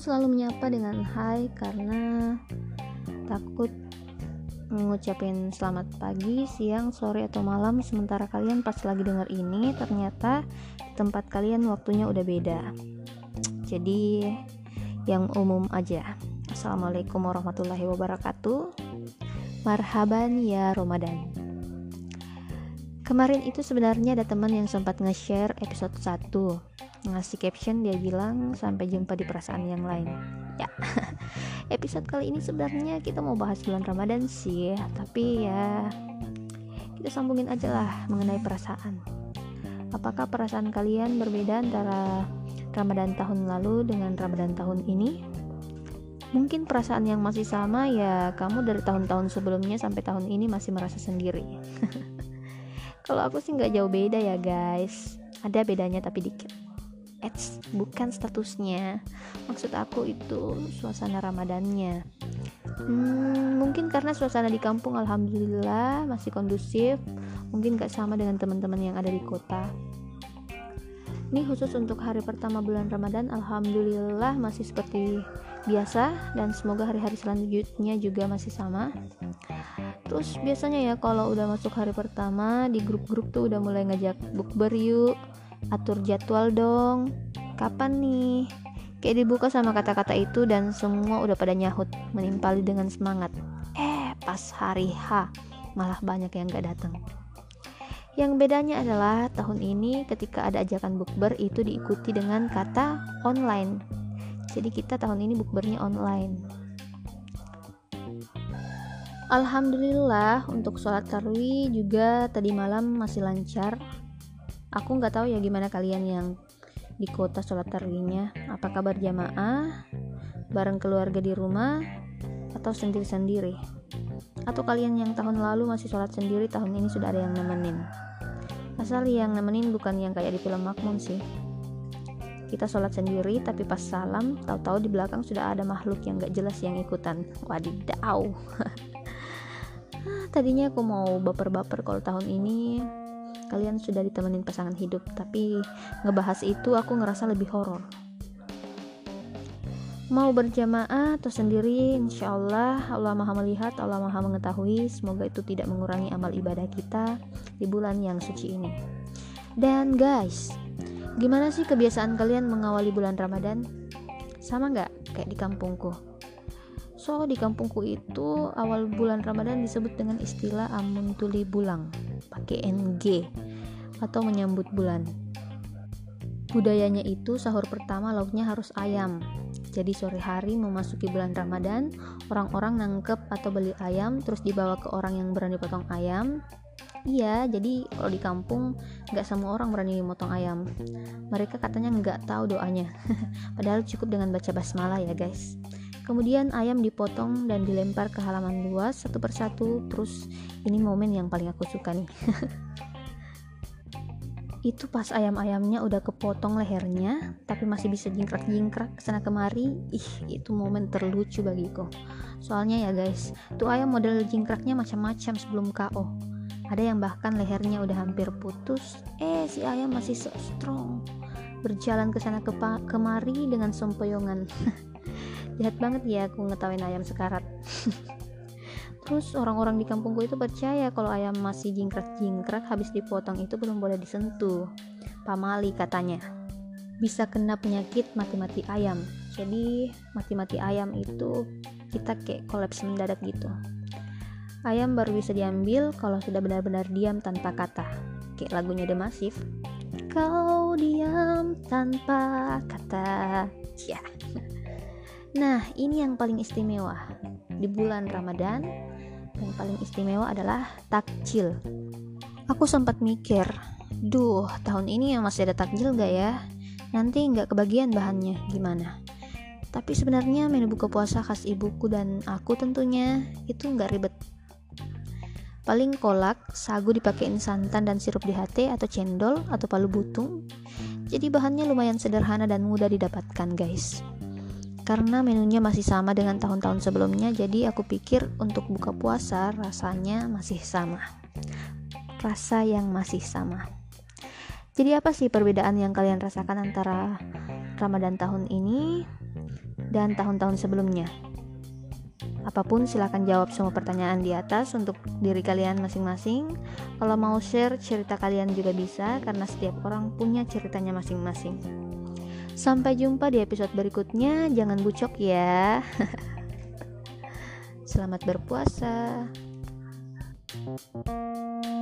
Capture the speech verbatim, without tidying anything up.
selalu menyapa dengan hai karena takut ngucapin selamat pagi, siang, sore, atau malam, sementara kalian pas lagi denger ini ternyata di tempat kalian waktunya udah beda. Jadi yang umum aja. Assalamualaikum warahmatullahi wabarakatuh. Marhaban ya Ramadan. Kemarin itu sebenarnya ada teman yang sempat nge-share episode satu, ngasih caption, dia bilang sampai jumpa di perasaan yang lain. Ya, episode kali ini sebenarnya kita mau bahas bulan Ramadan sih, tapi ya kita sambungin aja lah mengenai perasaan. Apakah perasaan kalian berbeda antara Ramadan tahun lalu dengan Ramadan tahun ini? Mungkin perasaan yang masih sama ya, kamu dari tahun-tahun sebelumnya sampai tahun ini masih merasa sendiri. Kalau aku sih nggak jauh beda ya guys, ada bedanya tapi dikit. Eits, bukan statusnya, maksud aku itu suasana Ramadannya. Hmm, mungkin karena suasana di kampung alhamdulillah masih kondusif, mungkin gak sama dengan teman-teman yang ada di kota. Ini khusus untuk hari pertama bulan Ramadan, alhamdulillah masih seperti biasa, dan semoga hari-hari selanjutnya juga masih sama. Terus biasanya ya kalau udah masuk hari pertama, di grup-grup tuh udah mulai ngajak bukber yuk, atur jadwal dong, kapan nih, kayak dibuka sama kata-kata itu, dan semua udah pada nyahut menimpali dengan semangat. Eh pas hari H malah banyak yang gak datang. Yang bedanya adalah tahun ini ketika ada ajakan bukber itu diikuti dengan kata online. Jadi kita tahun ini bukbernya online. Alhamdulillah untuk sholat tarawih juga tadi malam masih lancar. Aku nggak tahu ya gimana kalian yang di kota sholat tarawihnya, apakah berjamaah, bareng keluarga di rumah, atau sendiri-sendiri, atau kalian yang tahun lalu masih sholat sendiri, tahun ini sudah ada yang nemenin. Asal yang nemenin bukan yang kayak di film Makmun sih. Kita sholat sendiri tapi pas salam tahu-tahu di belakang sudah ada makhluk yang gak jelas yang ikutan. Wadidaw. Tadinya aku mau baper-baper kalau tahun ini kalian sudah ditemenin pasangan hidup, tapi ngebahas itu aku ngerasa lebih horor. Mau berjamaah atau sendiri, insya Allah Allah maha melihat, Allah maha mengetahui. Semoga itu tidak mengurangi amal ibadah kita di bulan yang suci ini. Dan guys, gimana sih kebiasaan kalian mengawali bulan Ramadan? Sama gak kayak di kampungku? So di kampungku itu awal bulan Ramadan disebut dengan istilah amun tuli bulang, pakai N G, atau menyambut bulan. Budayanya itu sahur pertama lauknya harus ayam. Jadi sore hari memasuki bulan Ramadan, orang-orang nangkep atau beli ayam terus dibawa ke orang yang berani potong ayam. Iya, jadi kalau di kampung gak semua orang berani motong ayam. Mereka katanya gak tahu doanya. Padahal cukup dengan baca basmalah ya guys. Kemudian ayam dipotong dan dilempar ke halaman luas satu persatu. Terus ini momen yang paling aku suka nih. Itu pas ayam-ayamnya udah kepotong lehernya tapi masih bisa jingkrak-jingkrak kesana kemari. Ih, itu momen terlucu bagiku. Soalnya ya guys, tuh ayam model jingkraknya macam-macam sebelum K O. Ada yang bahkan lehernya udah hampir putus, eh si ayam masih so strong, berjalan kesana kepa- kemari dengan sempoyongan. Jahat banget ya aku ngetawain ayam sekarat. Terus orang-orang di kampungku itu percaya kalau ayam masih jingkrak-jingkrak habis dipotong itu belum boleh disentuh. Pamali katanya, bisa kena penyakit mati-mati ayam. Jadi mati-mati ayam itu kita kayak kolaps mendadak gitu. Ayam baru bisa diambil kalau sudah benar-benar diam tanpa kata, kayak lagunya The Massive. Kau diam tanpa kata. Ya. Nah, ini yang paling istimewa di bulan Ramadan. Yang paling istimewa adalah takjil. Aku sempat mikir, duh tahun ini yang masih ada takjil gak ya? Nanti gak kebagian bahannya gimana? Tapi sebenarnya menu buka puasa khas ibuku dan aku tentunya itu gak ribet. Paling kolak, sagu dipakein santan dan sirup D H T atau cendol atau palu butung. Jadi bahannya lumayan sederhana dan mudah didapatkan guys. Karena menunya masih sama dengan tahun-tahun sebelumnya, jadi aku pikir untuk buka puasa rasanya masih sama. Rasa yang masih sama. Jadi apa sih perbedaan yang kalian rasakan antara Ramadan tahun ini dan tahun-tahun sebelumnya? Apapun silahkan jawab semua pertanyaan di atas untuk diri kalian masing-masing. Kalau mau share cerita kalian juga bisa, karena setiap orang punya ceritanya masing-masing. Sampai jumpa di episode berikutnya. Jangan bucok ya. Selamat berpuasa.